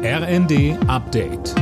RND Update.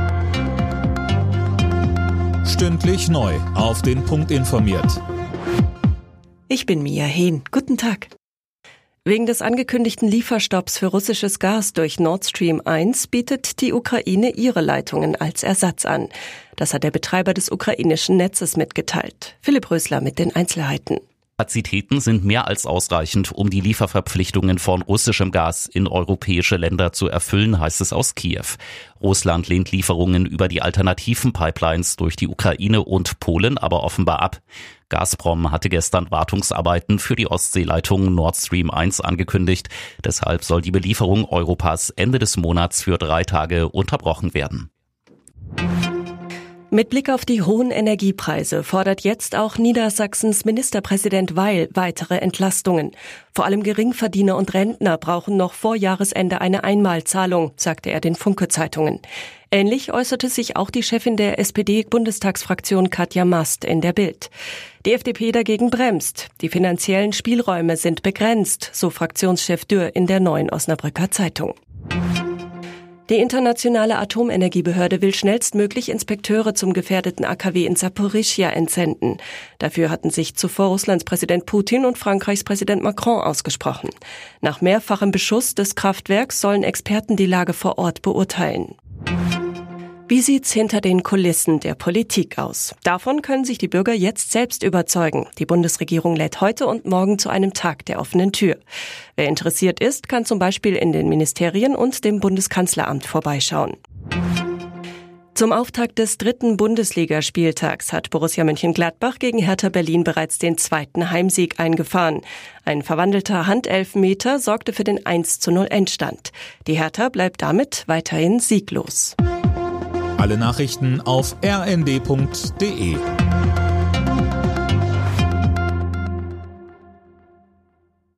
Stündlich neu auf den Punkt informiert. Ich bin Mia Hehn. Guten Tag. Wegen des angekündigten Lieferstopps für russisches Gas durch Nord Stream 1 bietet die Ukraine ihre Leitungen als Ersatz an. Das hat der Betreiber des ukrainischen Netzes mitgeteilt. Philipp Rösler mit den Einzelheiten. Kapazitäten sind mehr als ausreichend, um die Lieferverpflichtungen von russischem Gas in europäische Länder zu erfüllen, heißt es aus Kiew. Russland lehnt Lieferungen über die alternativen Pipelines durch die Ukraine und Polen aber offenbar ab. Gazprom hatte gestern Wartungsarbeiten für die Ostseeleitung Nord Stream 1 angekündigt. Deshalb soll die Belieferung Europas Ende des Monats für 3 Tage unterbrochen werden. Mit Blick auf die hohen Energiepreise fordert jetzt auch Niedersachsens Ministerpräsident Weil weitere Entlastungen. Vor allem Geringverdiener und Rentner brauchen noch vor Jahresende eine Einmalzahlung, sagte er den Funke-Zeitungen. Ähnlich äußerte sich auch die Chefin der SPD-Bundestagsfraktion Katja Mast in der Bild. Die FDP dagegen bremst. Die finanziellen Spielräume sind begrenzt, so Fraktionschef Dürr in der Neuen Osnabrücker Zeitung. Die internationale Atomenergiebehörde will schnellstmöglich Inspekteure zum gefährdeten AKW in Saporischschja entsenden. Dafür hatten sich zuvor Russlands Präsident Putin und Frankreichs Präsident Macron ausgesprochen. Nach mehrfachem Beschuss des Kraftwerks sollen Experten die Lage vor Ort beurteilen. Wie sieht's hinter den Kulissen der Politik aus? Davon können sich die Bürger jetzt selbst überzeugen. Die Bundesregierung lädt heute und morgen zu einem Tag der offenen Tür. Wer interessiert ist, kann zum Beispiel in den Ministerien und dem Bundeskanzleramt vorbeischauen. Zum Auftakt des 3. Bundesligaspieltags hat Borussia Mönchengladbach gegen Hertha Berlin bereits den 2. Heimsieg eingefahren. Ein verwandelter Handelfmeter sorgte für den 1:0 Endstand. Die Hertha bleibt damit weiterhin sieglos. Alle Nachrichten auf rnd.de.